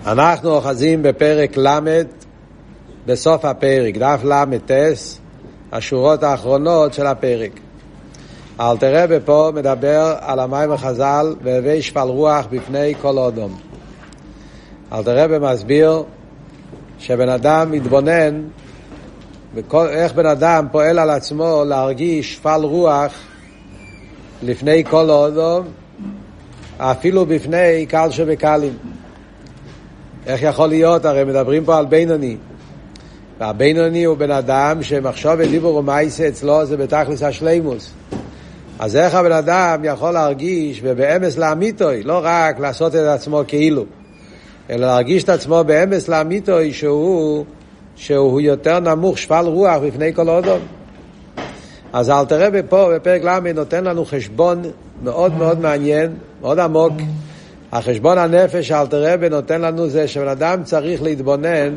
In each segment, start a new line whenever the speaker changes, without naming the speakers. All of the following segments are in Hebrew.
אנחנו אוחזים בפרק למד, בסוף הפרק, דף למד-טס, השורות האחרונות של הפרק. אלתר רבי פה מדבר על המים החז"ל והווי שפל רוח בפני כל אדם. אלתר רבי מסביר שבן אדם מתבונן איך בן אדם פועל על עצמו להרגיש שפל רוח לפני כל אדם, אפילו בפני קל שבקלים. איך יכול להיות? הרי מדברים פה על בינוני, והבינוני הוא בן אדם שמחשוב ודיבור ומעשה אצלו זה בתכלס השלימוס. אז איך הבן אדם יכול להרגיש ובאמס לאמיתוי, לא רק לעשות את עצמו כאילו, אלא להרגיש את עצמו באמס לאמיתוי שהוא יותר נמוך, שפל רוח בפני כל אדם. אז אלתר רבי פה בפרק למד נותן לנו חשבון מאוד מאוד מעניין, מאוד עמוק. החשבון הנפש שאלתר רבי נותן לנו זה שבן אדם צריך להתבונן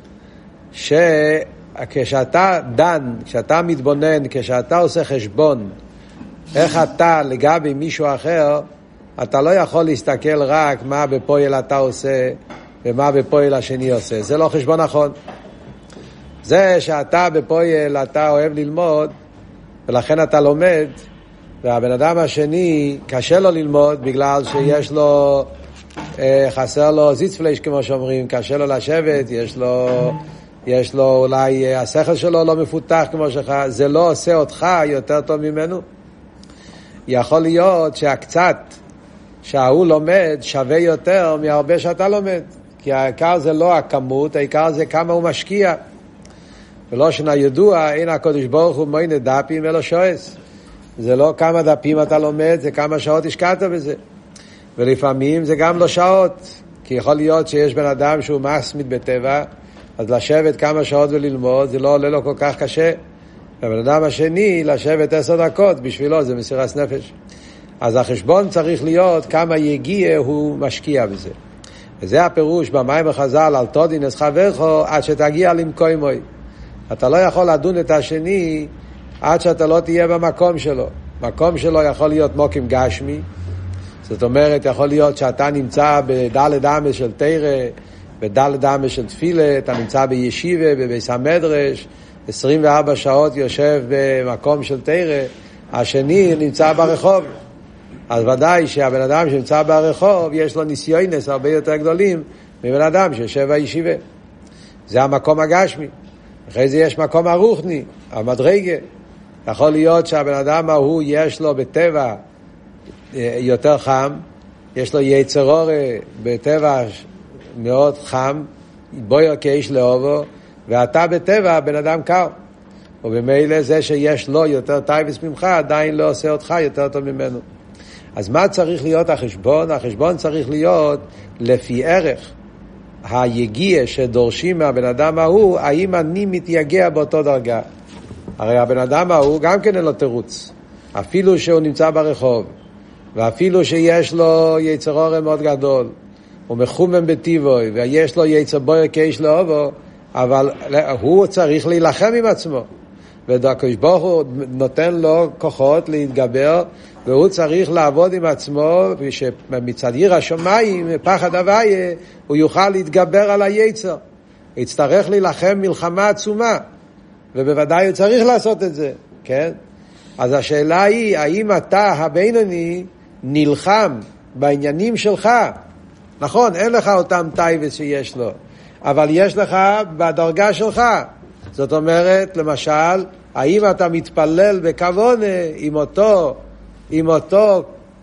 שכשאתה דן, כשאתה מתבונן, כשאתה עושה חשבון איך אתה לגבי מישהו אחר, אתה לא יכול להסתכל רק מה בפועל אתה עושה ומה בפועל השני עושה. זה לא חשבון נכון. זה שאתה בפועל אתה אוהב ללמוד ולכן אתה לומד, והבן אדם השני קשה לו ללמוד בגלל שיש לו חסר לו זיצפלש כמו שאומרים, קשה לו לשבת, יש לו אולי השכל שלו לא מפותח כמו שלך, זה לא עושה אותך יותר טוב ממנו. יכול להיות שהקצת שההוא לומד שווה יותר מהרבה שאתה לומד, כי העיקר זה לא הכמות, העיקר זה כמה הוא משקיע. ולא שנה ידוע, אין הקדוש ברוך הוא מוינה דפים אלא שועס. זה לא כמה דפים אתה לומד, זה כמה שעות השקעת בזה. ולפעמים זה גם לא שעות, כי יכול להיות שיש בן אדם שהוא מסמיד בטבע, אז לשבת כמה שעות וללמוד זה לא עולה לו כל כך קשה. והבן אדם השני לשבת 10 דקות בשבילו זה מסירת נפש. אז החשבון צריך להיות כמה יגיע הוא משקיע בזה. וזה הפירוש במים החז"ל על תודין את חברך עד שתגיע למקומוי. אתה לא יכול לדון את השני עד שאתה לא תהיה במקום שלו. מקום שלו יכול להיות מוקים גשמי, זאת אומרת יכול להיות שאתה נמצא בדלת אמס של תורה, בדלת אמס של תפילה, אתה נמצא בישיבה, בבית המדרש, 24 שעות יושב במקום של תורה, השני נמצא ברחוב. אז ודאי שהבן אדם שנמצא ברחוב יש לו ניסיונס הרבה יותר גדולים מבן אדם שיושב בישיבה. זה המקום הגשמי. אחרי זה יש מקום הרוחני, המדרגה. יכול להיות שהבן אדם ההוא יש לו בטבע יותר חם, יש לו יצר אור בטבע מאוד חם, בויר כאיש לאהובו, ואתה בטבע בן אדם קר. ובמילא זה שיש לו יותר טייבס ממך עדיין לא עושה אותך יותר טוב ממנו. אז מה צריך להיות החשבון? החשבון צריך להיות לפי ערך היגיע שדורשים מהבן אדם ההוא, האם אני מתייגע באותו דרגה. הרי הבן אדם ההוא גם כן אין לו תירוץ, אפילו שהוא נמצא ברחוב, ואפילו שיש לו יצר אור מאוד גדול, הוא מחומם בטיבוי, ויש לו יצר בויר כאיש לאהובו, אבל הוא צריך להילחם עם עצמו, והקדוש ברוך הוא נותן לו כוחות להתגבר, והוא צריך לעבוד עם עצמו, ושמצד ירא השמיים, פחד הוויה, הוא יוכל להתגבר על היצר. הוא יצטרך להילחם מלחמה עצומה, ובוודאי הוא צריך לעשות את זה, כן? אז השאלה היא, האם אתה הבינוני נלחם בעניינים שלך? נכון, אין לך אותם טייבס שיש לו, אבל יש לך בדרגה שלך. זאת אומרת, למשל, האם אתה מתפלל בכוונה עם אותו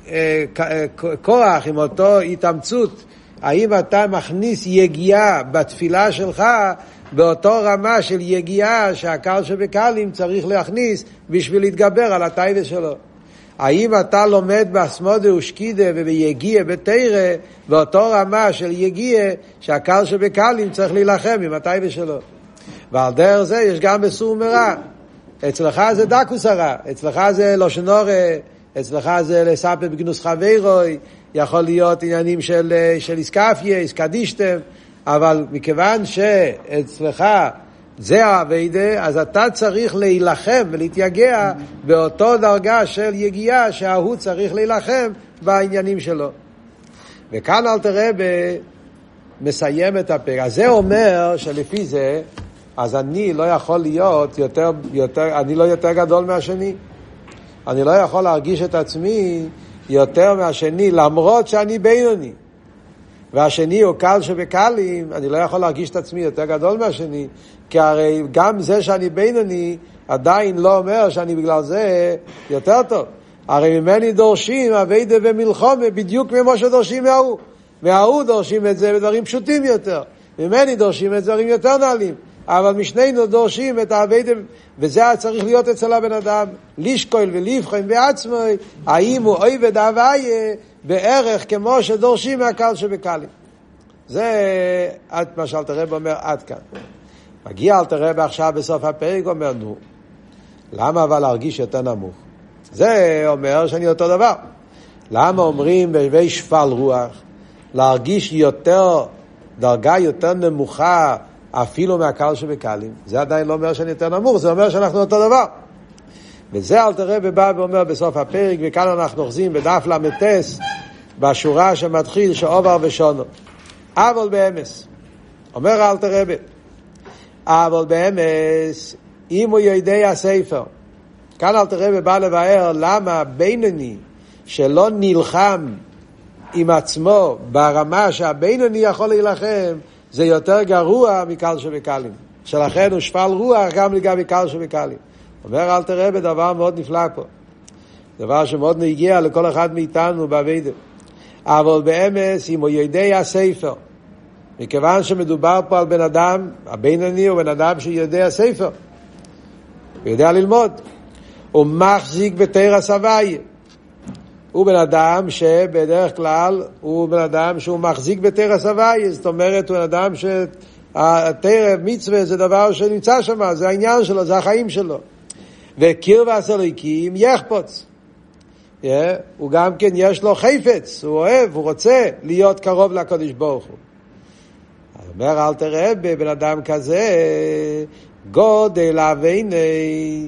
כוח, עם אותו התאמצות, האם אתה מכניס יגיעה בתפילה שלך באותו רמה של יגיעה שהקל שבקלים צריך להכניס בשביל להתגבר על הטייבס שלו? האם אתה לומד בהסמודה ושקידה וביגיעה בתורה באותו רמה של יגיעה שהקל שבקלים צריך להילחם עם הטייבס שלו? ועל דרך זה יש גם בסור מרע. אצלך זה דקוס הרע, אצלך זה לא שנורה, אצלך זה לספר בגנוס חברוי, יכול להיות עניינים של איסקפיה, איסקדישתם, אבל מכיוון שאצלך זה העבודה, אז אתה צריך להילחם ולהתייגע באותו דרגה של יגיעה שההוא צריך להילחם בעניינים שלו. וכאן אלתר רבי מסיים את הפרק. אז זה אומר שלפי זה, אז אני לא יכול להיות אני לא יותר גדול מהשני. אני לא יכול להרגיש את עצמי יותר מהשני, למרות שאני בינוני. והשני הוא קל שבקלים, אני לא יכול להרגיש את עצמי יותר גדול מהשני, כי הרי גם זה שאני בינוני, עדיין לא אומר שאני בגלל זה יותר טוב. הרי ממני דורשים עבודה ומלחמה בדיוק כמו שדורשים מההוא. מההוא דורשים את זה בדברים פשוטים יותר. ממני דורשים את דברים יותר נעלים. אבל משנינו דורשים את העבודה, וזה צריך להיות אצל הבן אדם, לשקול ולבחון בעצמו, האם הוא עובד הוויה בערך כמו שדורשים מהקל שבקלים. זה מה שאלתר רבי אומר עד כאן. מגיע אלתר רבי עכשיו בסוף הפרק, אומר נו, למה אבל להרגיש יותר נמוך? זה אומר שאני אותו דבר. למה אומרים בהווי שפל רוח להרגיש יותר, דרגה יותר נמוכה אפילו מהקל שבקלים? זה עדיין לא אומר שאני יותר נמוך, זה אומר שאנחנו אותו דבר. וזה אלתר רבי בא ואומר בסוף הפרק, וכאן אנחנו אוחזים בדף למתס בשורה שמתחיל שעובר ושונו. אבל באמס, אומר אלתר רבי, אבל באמס אם הוא יודע הספר, כאן אלתר רבי בא לבאר למה בינוני שלא נלחם עם עצמו ברמה שהבינוני יכול להילחם, זה יותר גרוע מקל שבקלים. שלכן הוא שפל רוח גם לגבי קל שבקלים. אומר אלתר רבי דבר מאוד נפלא פה, דבר שמאוד נגיע לכל אחד מאיתנו בעבודה. אבל באמס אם הוא יודע הספר, מכיוון שמדובר פה על בן אדם, הבינוני הוא בן אדם שיודע ספר, הוא יודע ללמוד, הוא מחזיק בתרס הוויה, הוא בן אדם שבדרך כלל הוא בן אדם שהוא מחזיק בתרס הוויה, זאת אומרת הוא בן אדם שהתרס מצווה זה דבר שנמצא שם, זה העניין שלו, זה החיים שלו. וקרבס אלוקים יחפוץ, הוא גם כן יש לו חפץ, הוא אוהב, הוא רוצה להיות קרוב לקדוש ברוך הוא. אומר אלתר רבי, בן אדם כזה גודל אביני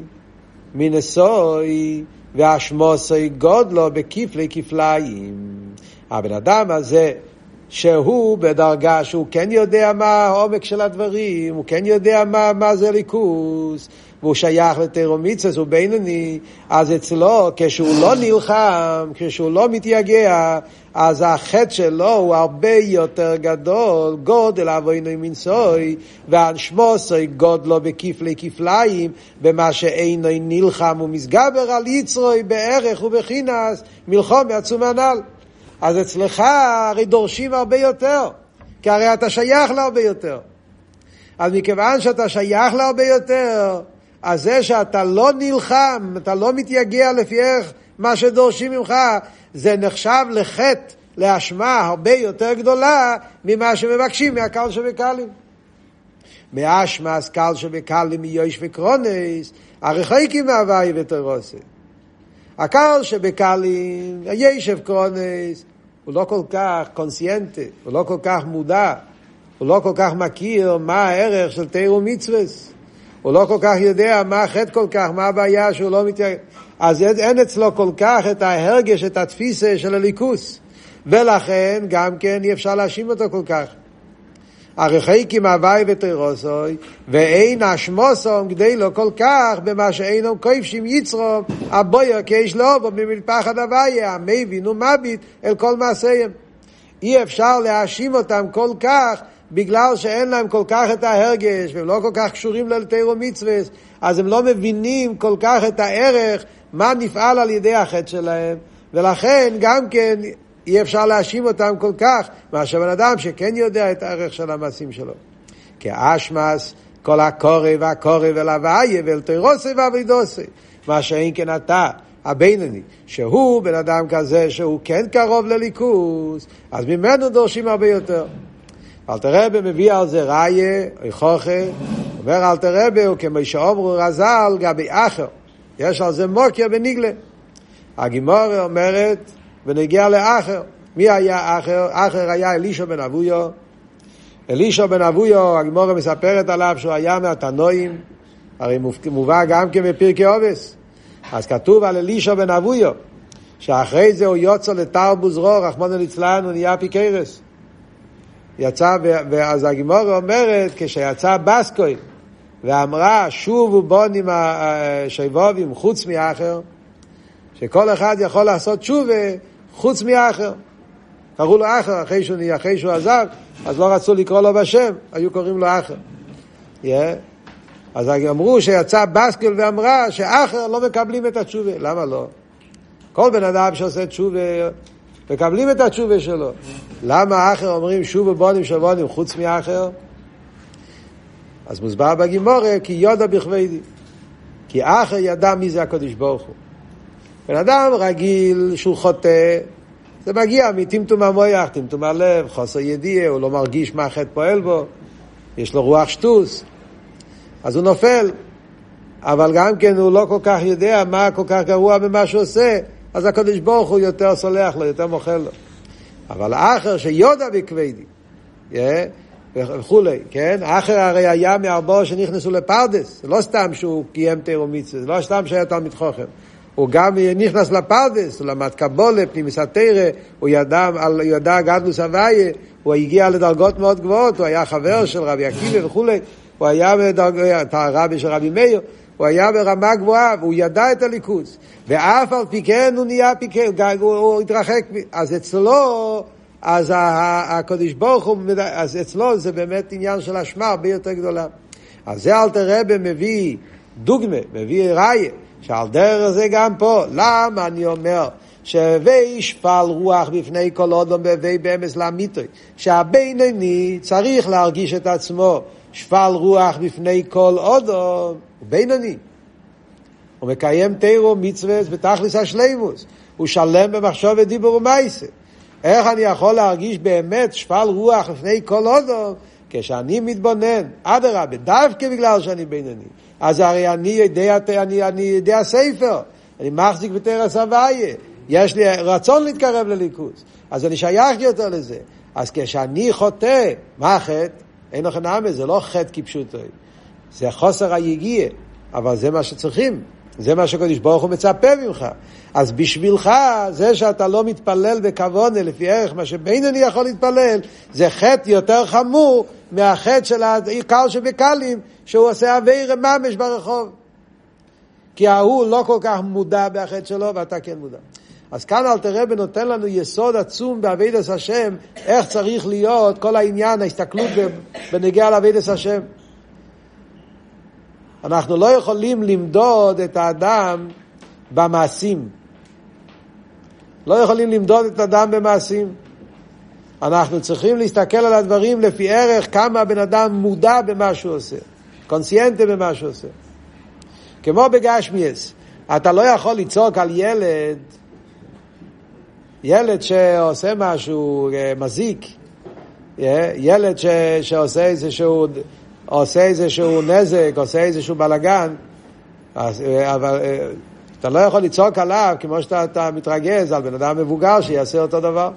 מנסוי והשמוסוי גודלו בכפלי כפליים. הבן אדם הזה שהוא בדרגה שהוא כן יודע מה העומק של הדברים, הוא כן יודע מה זה ליכוס, והוא שייך לתורה ומצוות, הוא בינוני, אז אצלו כשהוא לא נלחם, כשהוא לא מתייגע, אז החטא שלו הוא הרבה יותר גדול, גודל אבינו מנסוי והשמוסוי גודלו בכפלי כפליים, במה שאינו נלחם ומסגבר על יצרוי בערך ובחינס מלחום מעצום הנ"ל. אז אצלך הרי דורשים הרבה יותר, כי הרי אתה שייך להרבה יותר. אז מכיוון שאתה שייך להרבה יותר, אז זה שאתה לא נלחם, אתה לא מתייגע לפי איך מה שדורשים ממך, זה נחשב לחטא, להשמה הרבה יותר גדולה ממה שמבקשים מהקל שבקלים. מהשמה אז קל שבקלים מיוש וקרונס, הרחוקים מהווי ותרוסי. הקל שבקלים, הישב קרונס, הוא לא כל כך קונסיינטי, הוא לא כל כך מודע, הוא לא כל כך מכיר מה הערך של תורה ומצוות, הוא לא כל כך יודע מה החטא כל כך, מה הבעיה שהוא לא מתייגע. אז אין אצלו כל כך את ההרגש, את התפיסה של הליכוס, ולכן גם כן אי אפשר להאשים אותו כל כך. הרחוקים מהווי ותרוסוי, ואין אשמוסום כדי לו כל כך במה שאינם כובשים יצרום הבויר כאיש לא בו ממפחד הוויה המבין ומביט אל כל מעשיהם. אי אפשר להאשים אותם כל כך בגלל שאין להם כל כך את ההרגש והם לא כל כך קשורים לתורה ומצוות, אז הם לא מבינים כל כך את הערך מה נפעל על ידי החטא שלהם, ולכן גם כן אי אפשר להאשים אותם כל כך, מאשר בן אדם שכן יודע את הערך של המעשים שלו. כאשמס, כל הקורא והקורא ולהוויה ולתרוסי ועבודוסי. מה שאין כן אתה, הבינוני, שהוא בן אדם כזה שהוא כן קרוב לליכוס, אז ממנו דורשים הרבה יותר. אלתר רבי מביא על זה ראיה, הוכחה, אומר אלתר רבי, וכמו שאומרו רז"ל גבי אחר, יש על זה מוקר בניגלה. הגמרא אומרת, ונגיע לאחר. מי היה אחר? אחר היה אלישע בן אבויו. אלישע בן אבויו, הגמרא מספרת עליו שהוא היה מהתנועים, הרי מובא גם כן בפרקי אובס. אז כתוב על אלישע בן אבויו, שאחרי זה הוא יוצא לתרבוז רו, רחמנא ליצלן, הוא נהיה אפיקורס. יצא, ואז הגימורה אומרת, כשיצא בסקוי, ואמרה, שובו בונים השיבובים חוץ מאחר, שכל אחד יכול לעשות שובה חוץ מאחר. קראו לו אחר, אחרי שהוא עזב, אז לא רצו לקרוא לו בשם, היו קוראים לו אחר. אז אמרו שיצא בסקול ואמרה שאחר לא מקבלים את התשובה. למה לא? כל בן אדם שעושה תשובה, מקבלים את התשובה שלו. למה אחר אומרים שובו בונים שבונים חוץ מאחר? אז מוסבר בגימורה, כי יודע בכבדי. כי אחר ידע מי זה הקדוש ברוך הוא. בן אדם רגיל שהוא חוטא, זה מגיע מטמטום המוח, טמטום הלב, חוסר ידיעה, הוא לא מרגיש מה החטא פועל בו, יש לו רוח שטוס, אז הוא נופל. אבל גם כן הוא לא כל כך יודע מה כל כך גרוע במה שהוא עושה, אז הקדוש ברוך הוא יותר סולח לו, יותר מוחל לו. אבל האחר שיודע בכבדי, וכולי, כן? האחר הרי היה מארבעה שנכנסו לפרדס, זה לא סתם שהוא קיים תורה ומצוות, זה לא סתם שהיה תלמיד חכם. הוא גם נכנס לפרדס, הוא למד קבלה, פנימיס התורה, הוא ידע גדלוס הוויה, הוא הגיע לדרגות מאוד גבוהות, הוא היה חבר של רבי עקיבא וכולי, הוא היה הרבי של רבי מאיר, הוא היה ברמה גבוהה, והוא ידע את הליכוז, ואף על פי כן הוא נהיה פיקר, הוא התרחק, אז אצלו, אז הקדוש ברוך הוא, אז אצלו זה באמת עניין של אשמה הרבה יותר גדולה. אז זה אלתר רבי מביא דוגמה, מביא ראיה, שעל דרך זה גם פה. למה אני אומר שהווי שפל רוח בפני כל אדם והווי באמס לאמיתוי, שהבינוני צריך להרגיש את עצמו שפל רוח בפני כל אדם, הוא בינוני, הוא מקיים תורה ומצוות בתכלס השלימוס, הוא שלם במחשבה דיבור ומעשה. איך אני יכול להרגיש באמת שפל רוח לפני כל אדם? כשאני מתבונן, אדרבה, דווקא בגלל שאני בינוני, אז הרי אני יודע ספר, אני מחזיק בתרס הוויה, יש לי רצון להתקרב לליכוז, אז אני שייך יותר לזה. אז כשאני חוטא, מה החטא? אין לכם נעמה, זה לא חטא כפשוטו, זה חוסר היגיעה, אבל זה מה שצריכים, זה מה שקדוש ברוך הוא מצפה ממך. אז בשבילך, זה שאתה לא מתפלל בכוונה לפי ערך מה שבינוני יכול להתפלל, זה חטא יותר חמור מהחטא של העיקר שבקלים, שהוא עושה עבירה ממש ברחוב. כי ההוא לא כל כך מודע בחטא שלו, ואתה כן מודע. אז כאן אלתר רבי נותן לנו יסוד עצום בעבודת השם, איך צריך להיות כל העניין, ההסתכלות בנגיעה לעבודת השם. אנחנו לא יכולים למדוד את האדם במעשים. לא יכולים למדוד את האדם במעשים. אנחנו צריכים להסתכל על הדברים לפי ערך כמה הבן אדם מודע במה שהוא עושה, קונסיינטה במה שהוא עושה. כמו בגשמיאס, אתה לא יכול לצעוק על ילד שעושה משהו מזיק, ילד שעושה איזשהו נזק, עושה איזשהו בלגן, אבל אתה לא יכול לצעוק עליו כמו שאתה מתרגז על בן אדם מבוגר שיעשה אותו דבר.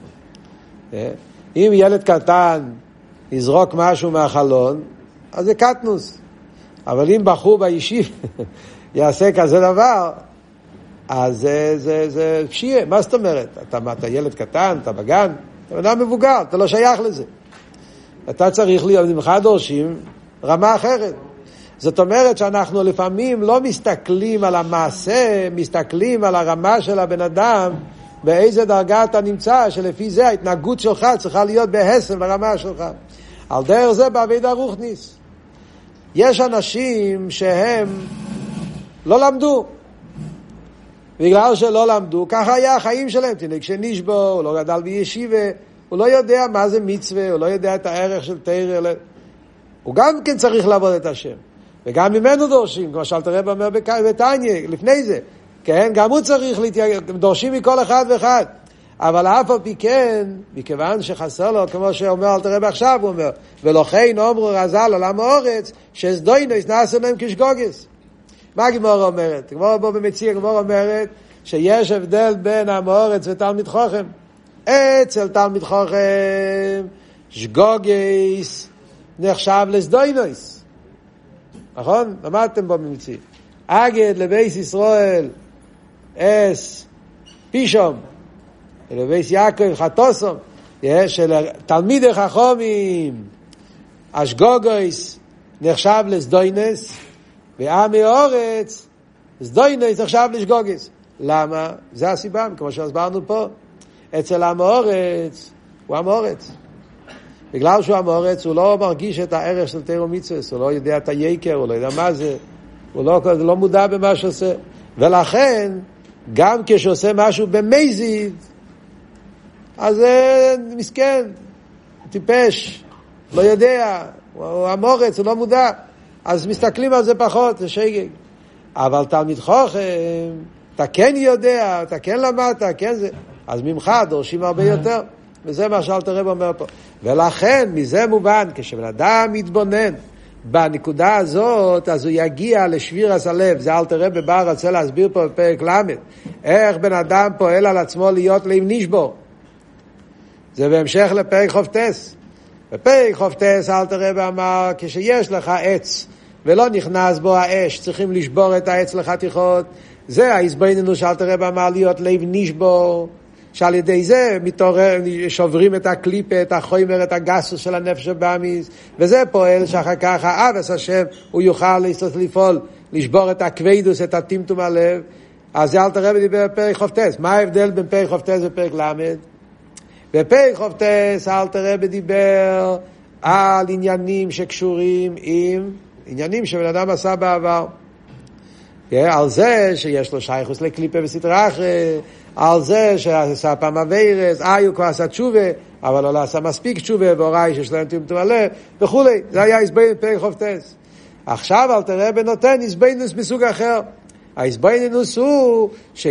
אם ילד קטן יזרוק משהו מהחלון, אז זה קטנוס. אבל אם בחור בישיב יעשה כזה דבר, אז זה פשיעה. מה זאת אומרת? אתה ילד קטן, אתה בגן, אתה בן אדם מבוגר, אתה לא שייך לזה. אתה צריך להיות, ממך דורשים רמה אחרת. זאת אומרת שאנחנו לפעמים לא מסתכלים על המעשה, מסתכלים על הרמה של הבן אדם, באיזה דרגה אתה נמצא, שלפי זה ההתנהגות שלך צריכה להיות בהסם לרמה שלך. על דרך זה בעבודה רוחניס. יש אנשים שהם לא למדו. בגלל שלא למדו, ככה היה החיים שלהם. תינוק שנשבו, הוא לא גדל בישיבה, הוא לא יודע מה זה מצווה, הוא לא יודע את הערך של תורה. הוא גם כן צריך לעבוד את השם. וגם ממנו דורשים, כמו שאלתר רבי אומר בתניא, לפני זה. כן, גם הוא צריך דורשים מכל אחד ואחד. אבל אף על פי כן, מכיוון שחסר לו, כמו שאומר אלתר רבי עכשיו, הוא אומר, ולכן אומרו רז"ל עולם האורץ, שסדוינוס נעשו להם כשגוגס. מה הגמרא אומרת? הגמרא בו במציע, הגמרא אומרת, שיש הבדל בין עם האורץ ותלמיד חכם. אצל תלמיד חכם, שגוגס נחשב לסדוינוס. נכון? למדתם בו במציע. אגד לבייס ישראל, אס פישום, לבייס יעקב חטוסום, של תלמידי חכמים, אשגוגויס נחשב לסדוינס, ועמי אורץ, סדוינס נחשב לשגוגס. למה? זה הסיבה, כמו שהסברנו פה. אצל עם האורץ, הוא עם האורץ. בגלל שהוא עם האורץ, הוא לא מרגיש את הערך של תורה ומצוות, הוא לא יודע את היקר, הוא לא יודע מה זה, הוא לא מודע במה שעושה. ולכן, גם כשעושה משהו במזיד, אז זה מסכן, טיפש, לא יודע, הוא עם האורץ, הוא לא מודע. אז מסתכלים על זה פחות, זה שגג. אבל תלמיד חכם, אתה כן יודע, אתה כן למדת, כן זה, אז ממך דורשים הרבה יותר. וזה מה שאלתר רב אומר פה. ולכן, מזה מובן, כשבן אדם מתבונן בנקודה הזאת, אז הוא יגיע לשבירת הלב. זה אלתר רב בא רוצה להסביר פה בפרק ל', איך בן אדם פועל על עצמו להיות לב נשבור. זה בהמשך לפרק חופטס. בפרק חופטס אלתר רב אמר, כשיש לך עץ, ולא נכנס בו האש, צריכים לשבור את העץ לחתיכות. זה ההסברנו שאלתר רב אמר להיות לב נשבור, שעל ידי זה מתעורר, שוברים את הקליפה, את החומר, את הגסוס של הנפש הבאמיס, וזה פועל שאחר כך האבס השם, הוא יוכל לפעול, לשבור את הכבדוס, את הטמטום הלב. אז זה אלתר רב דיבר בפרק חופטס. מה ההבדל בין פרק חופטס ופרק למד? בפרק חופטס אלתר רב דיבר על עניינים שקשורים עם עניינים שבן אדם עשה בעבר. על זה שיש לו שייכוס לקליפה וסטרה אחרי, על זה שעשה פעם הווירס, הוא כבר עשה תשובה, אבל לא עשה מספיק תשובה, והוראי שיש להם טמטום הלב, וכולי. זה היה הסבינוס בפרק חופטס. עכשיו אלתר רב נותן הסבינוס מסוג אחר. ההסבינוס הוא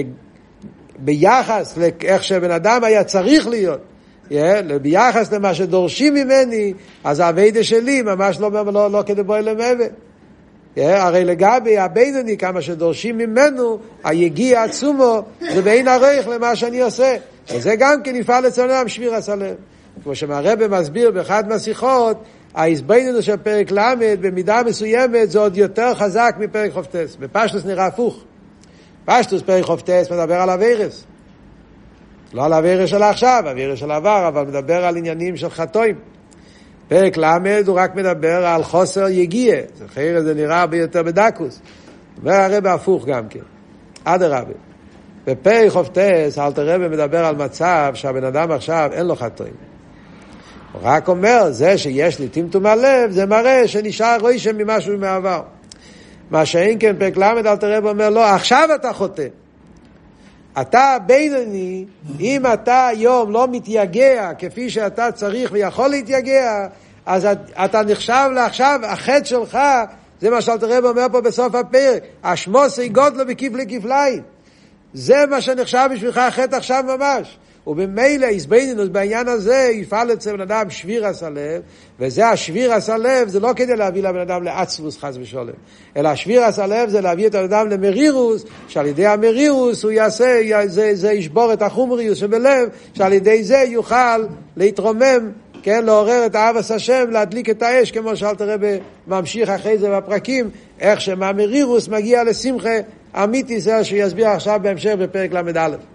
שביחס לאיך שבן אדם היה צריך להיות, ביחס למה שדורשים ממני, אז העבודה שלי ממש לא כדי בוא אליהם עבד. הרי לגבי הבינוני, כמה שדורשים ממנו, היגיע עצומו, זה בין ערך למה שאני עושה. וזה גם כן יפעל אצלנו שבירת הלב. כמו שהרבא מסביר באחד מהשיחות, ההסבינוס של פרק למד, במידה מסוימת, זה עוד יותר חזק מפרק חופטס. בפשטוס נראה הפוך. פשטוס פרק חופטס מדבר על הווירס. לא על הווירס של עכשיו, הווירס של העבר, אבל מדבר על עניינים של חטאים. פרק למד הוא רק מדבר על חוסר יגיע. זה נראה הרבה יותר בדקוס. והרבא הפוך גם כן. עד הרבא. בפרק חופטס, אלתר רבא מדבר על מצב שהבן אדם עכשיו אין לו חטאים. הוא רק אומר, זה שיש לי טמטום הלב, זה מראה שנשאר רושם ממשהו מהעבר. מה שאין כן פרק למד, אלתר רבא אומר, לא, עכשיו אתה חוטא. אתה בינוני, אם אתה היום לא מתייגע כפי שאתה צריך ויכול להתייגע, אז אתה נחשב לעכשיו, החטא שלך, זה מה שאלתר רב אומר פה בסוף הפרק, השמוסי גודלו בכפלי כפליים. זה מה שנחשב בשבילך החטא עכשיו ממש. ובמילא הסבינוס בעניין הזה יפעל אצל בן אדם שבירת הלב, וזה השבירת הלב, זה לא כדי להביא לבן אדם לעצבוס חס ושלום, אלא שבירת הלב זה להביא את הבן אדם למרירוס, שעל ידי המרירוס הוא יעשה, זה ישבור את החומריוס שבלב, שעל ידי זה יוכל להתרומם, כן, לעורר את אהבת השם, להדליק את האש, כמו שאלתר רב ממשיך אחרי זה בפרקים, איך שמהמרירוס מגיע לשמחה אמיתי, זה שיסביר עכשיו בהמשך בפרק למד א'.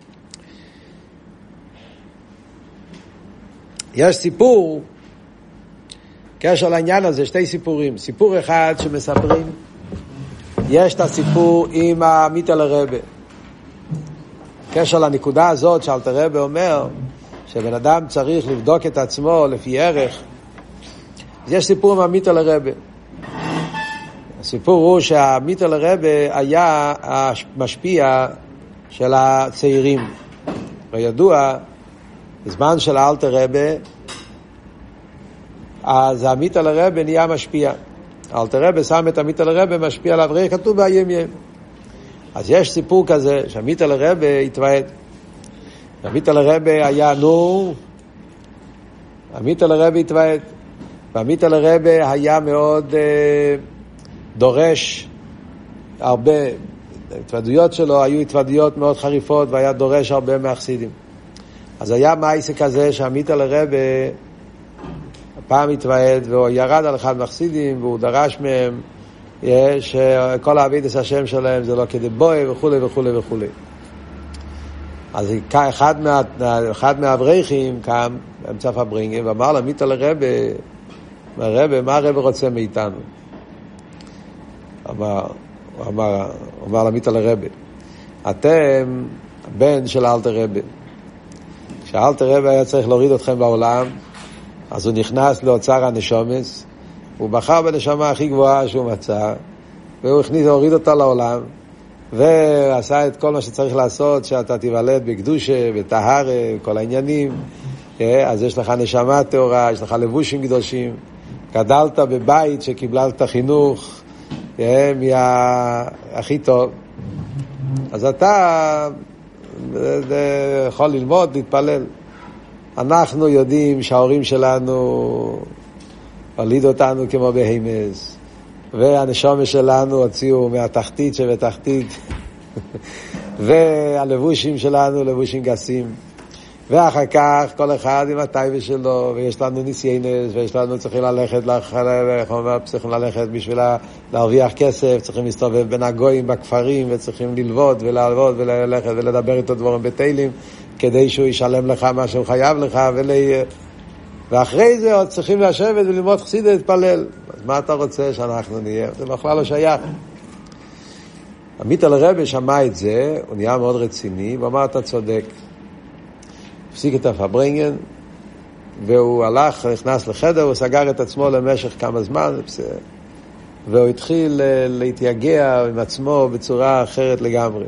יש סיפור, קשר לעניין הזה, שתי סיפורים. סיפור אחד שמספרים, יש את הסיפור עם המיטל רבה. קשר לנקודה הזאת שאלתר רבה אומר, שבן אדם צריך לבדוק את עצמו לפי ערך. יש סיפור עם המיטל רבה. הסיפור הוא שהמיטל רבה היה המשפיע של הצעירים. וידוע, בזמן של אלתר רבה, אז המיטל רבה נהיה משפיע. אלתר רבה שם את המיטל רבה משפיע עליו, ראה כתוב בימים ימים. אז יש סיפור כזה שהמיטל רבה התוועד. המיטל רבה היה נור, המיטל רבה התוועד. והמיטל רבה היה מאוד דורש הרבה. התוועדויות שלו היו התוועדויות מאוד חריפות, והיה דורש הרבה מהחסידים. אז היה מעשה כזה שהמיטל רבה פעם התוועד, והוא ירד על אחד מהחסידים, והוא דרש מהם שכל העבודת השם שלהם זה לא כדי בוי וכו' וכו' וכו'. אז אחד מהאברכים קם באמצע פברינגן ואמר למיטה לרבה, מה הרב רוצה מאיתנו? אמר למיטה לרבה, אתם בן של אלתר רבה. כשאלתר רבה היה צריך להוריד אתכם בעולם, אז הוא נכנס לאוצר הנשומס, הוא בחר בנשמה הכי גבוהה שהוא מצא, והוא הוריד אותה לעולם, ועשה את כל מה שצריך לעשות, שאתה תיוולד בקדושה, בטהרה, כל העניינים. אז יש לך נשמה טהורה, יש לך לבושים קדושים, גדלת בבית שקיבלה את החינוך הכי טוב, אז אתה יכול ללמוד, להתפלל. אנחנו יודעים שההורים שלנו הולידו אותנו כמו בהימס, והנשמה שלנו הוציאו מהתחתית שבתחתית, והלבושים שלנו לבושים גסים, ואחר כך כל אחד עם הטייבה שלו, ויש לנו ניסיינס, ויש לנו צריכים ללכת בשביל להרוויח כסף, צריכים להסתובב בין הגויים בכפרים, וצריכים ללוות ולעבוד וללכת ולדבר איתו דברים בתהילים, כדי שהוא ישלם לך מה שהוא חייב לך, ואחרי זה עוד צריכים לשבת וללמוד חסידות להתפלל. אז מה אתה רוצה שאנחנו נהיה? זה בכלל לא שייך. המיטה לרבה שמע את זה, הוא נהיה מאוד רציני, ואמר אתה צודק. הפסיק את הפברינגן, והוא הלך, נכנס לחדר, הוא סגר את עצמו למשך כמה זמן, והוא התחיל להתייגע עם עצמו בצורה אחרת לגמרי.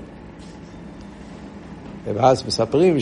ואז מספרים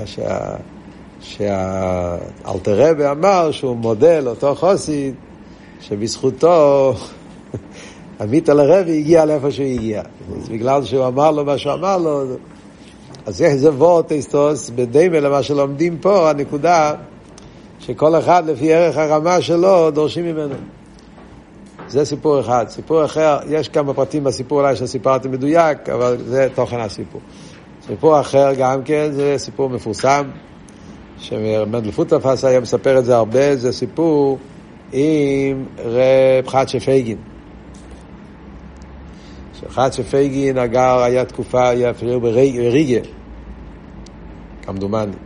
שהאלתר רבי אמר שהוא מודל אותו חסיד, שבזכותו המיטה לרבי הגיע לאיפה שהוא הגיע. בגלל שהוא אמר לו מה שהוא אמר לו, אז זה וורט אסטוס בדומה למה שלומדים פה, הנקודה שכל אחד לפי ערך הרמה שלו דורשים ממנו. זה סיפור אחד. סיפור אחר, יש כמה פרטים בסיפור אולי שסיפרתי מדויק, אבל זה תוכן הסיפור. סיפור אחר גם כן, זה סיפור מפורסם, שמנדל פוטרפס היה מספר את זה הרבה, זה סיפור עם רב חדשה פייגין. חדשה פייגין אגר היה תקופה, היה אפילו בריגה, כמדומני.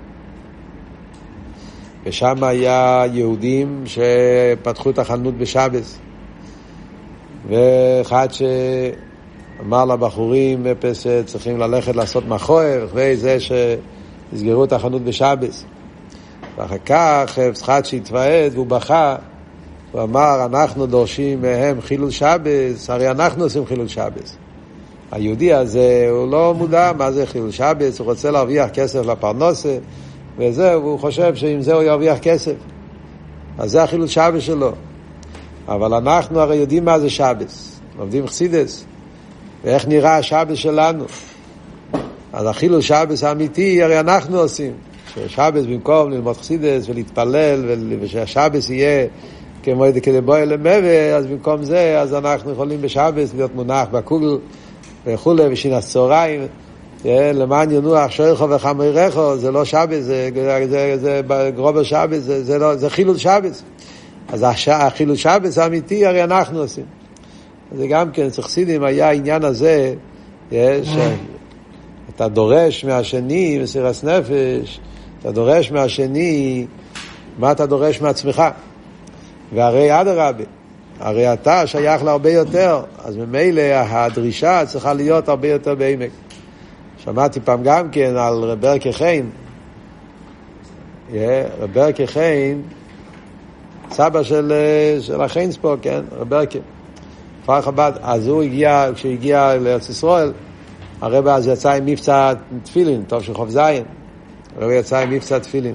ושם היה יהודים שפתחו את החנות בשבס. ואחד שאמר לבחורים שצריכים ללכת לעשות מחויר, וזה שהסגרו את החנות בשבס. ואחר כך אחד שהתוועד והוא בכה, הוא אמר, אנחנו דורשים מהם חילול שבס, הרי אנחנו עושים חילול שבס. היהודי הזה הוא לא מודע מה זה חילול שבס, הוא רוצה להרוויח כסף לפרנסה, וזה, והוא חושב שעם זה הוא ירוויח כסף. אז זה החילול שבס שלו. אבל אנחנו הרי יודעים מה זה שבס, לומדים חסידס, ואיך נראה השבס שלנו. אז החילול שבס האמיתי הרי אנחנו עושים. ששבס במקום ללמוד חסידס ולהתפלל, ושהשבס יהיה כמו כדי בוא אל המבה, אז במקום זה, אז אנחנו יכולים בשבס להיות מונח בקוגל וכו' ושינס צהריים, למען ינוח שויכו וחמריכו, זה לא שבס, זה גרובר שבס, זה חילול שבס. אז החילול שבס האמיתי הרי אנחנו עושים. זה גם כן, חסידים היה העניין הזה, שאתה דורש מהשני, מסירת נפש, אתה דורש מהשני, מה אתה דורש מעצמך? והרי אדרבה, הרי אתה שייך להרבה יותר, אז ממילא הדרישה צריכה להיות הרבה יותר בעמק. שמעתי פעם גם כן על רב ברכה חיין, רב ברכה חיין, סבא של החיינספור, כן, רב ברכה, כפר חב"ד. אז הוא הגיע, כשהגיע לארץ ישראל, הרב אז יצא עם מבצע תפילין, טוב של חוב זין, הרב יצא עם מבצע תפילין.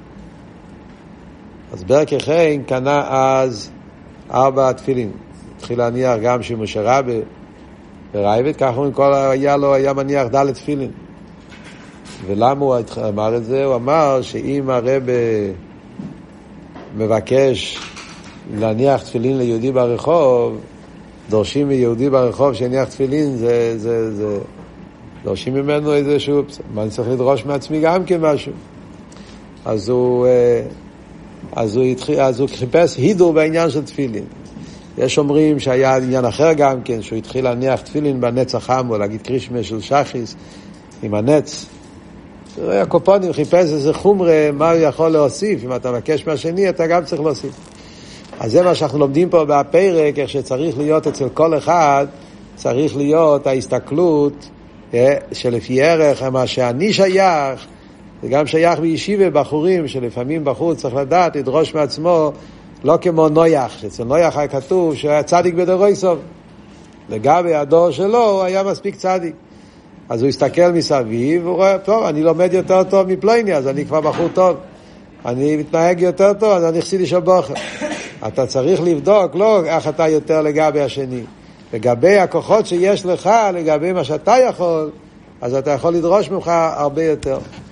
אז ברכה חיין קנה אז 4 תפילין. התחיל להניח גם שמשה רבי ורייבת, ככה הוא היה מניח 4 תפילין. ולמה הוא אמר את זה? הוא אמר שאם הרב מבקש להניח תפילין ליהודי ברחוב, דורשים מיהודי ברחוב שיניח תפילין, זה דורשים ממנו איזשהו, מה אני צריך לדרוש מעצמי גם כן משהו. אז הוא חיפש הידור בעניין של תפילין. יש אומרים שהיה עניין אחר גם כן, שהוא התחיל להניח תפילין בנץ החם, או להגיד קרישמה של שחיס עם הנץ. הקופונים חיפש איזה חומרה, מה הוא יכול להוסיף. אם אתה מבקש מהשני, אתה גם צריך להוסיף. אז זה מה שאנחנו לומדים פה בפרק, איך שצריך להיות אצל כל אחד, צריך להיות ההסתכלות שלפי ערך, מה שאני שייך, זה גם שייך בישיבה בחורים, שלפעמים בחור צריך לדעת, לדרוש מעצמו, לא כמו נויח, שאצל נויח היה כתוב שהיה צדיק בדורויסוב. לגבי הדור שלו, הוא היה מספיק צדיק. אז הוא הסתכל מסביב, הוא רואה, טוב, אני לומד יותר טוב מפלויני, אז אני כבר בחור טוב. אני מתנהג יותר טוב, אז אני חסיד של בוחר. אתה צריך לבדוק, לא איך אתה יותר לגבי השני. לגבי הכוחות שיש לך, לגבי מה שאתה יכול, אז אתה יכול לדרוש ממך הרבה יותר.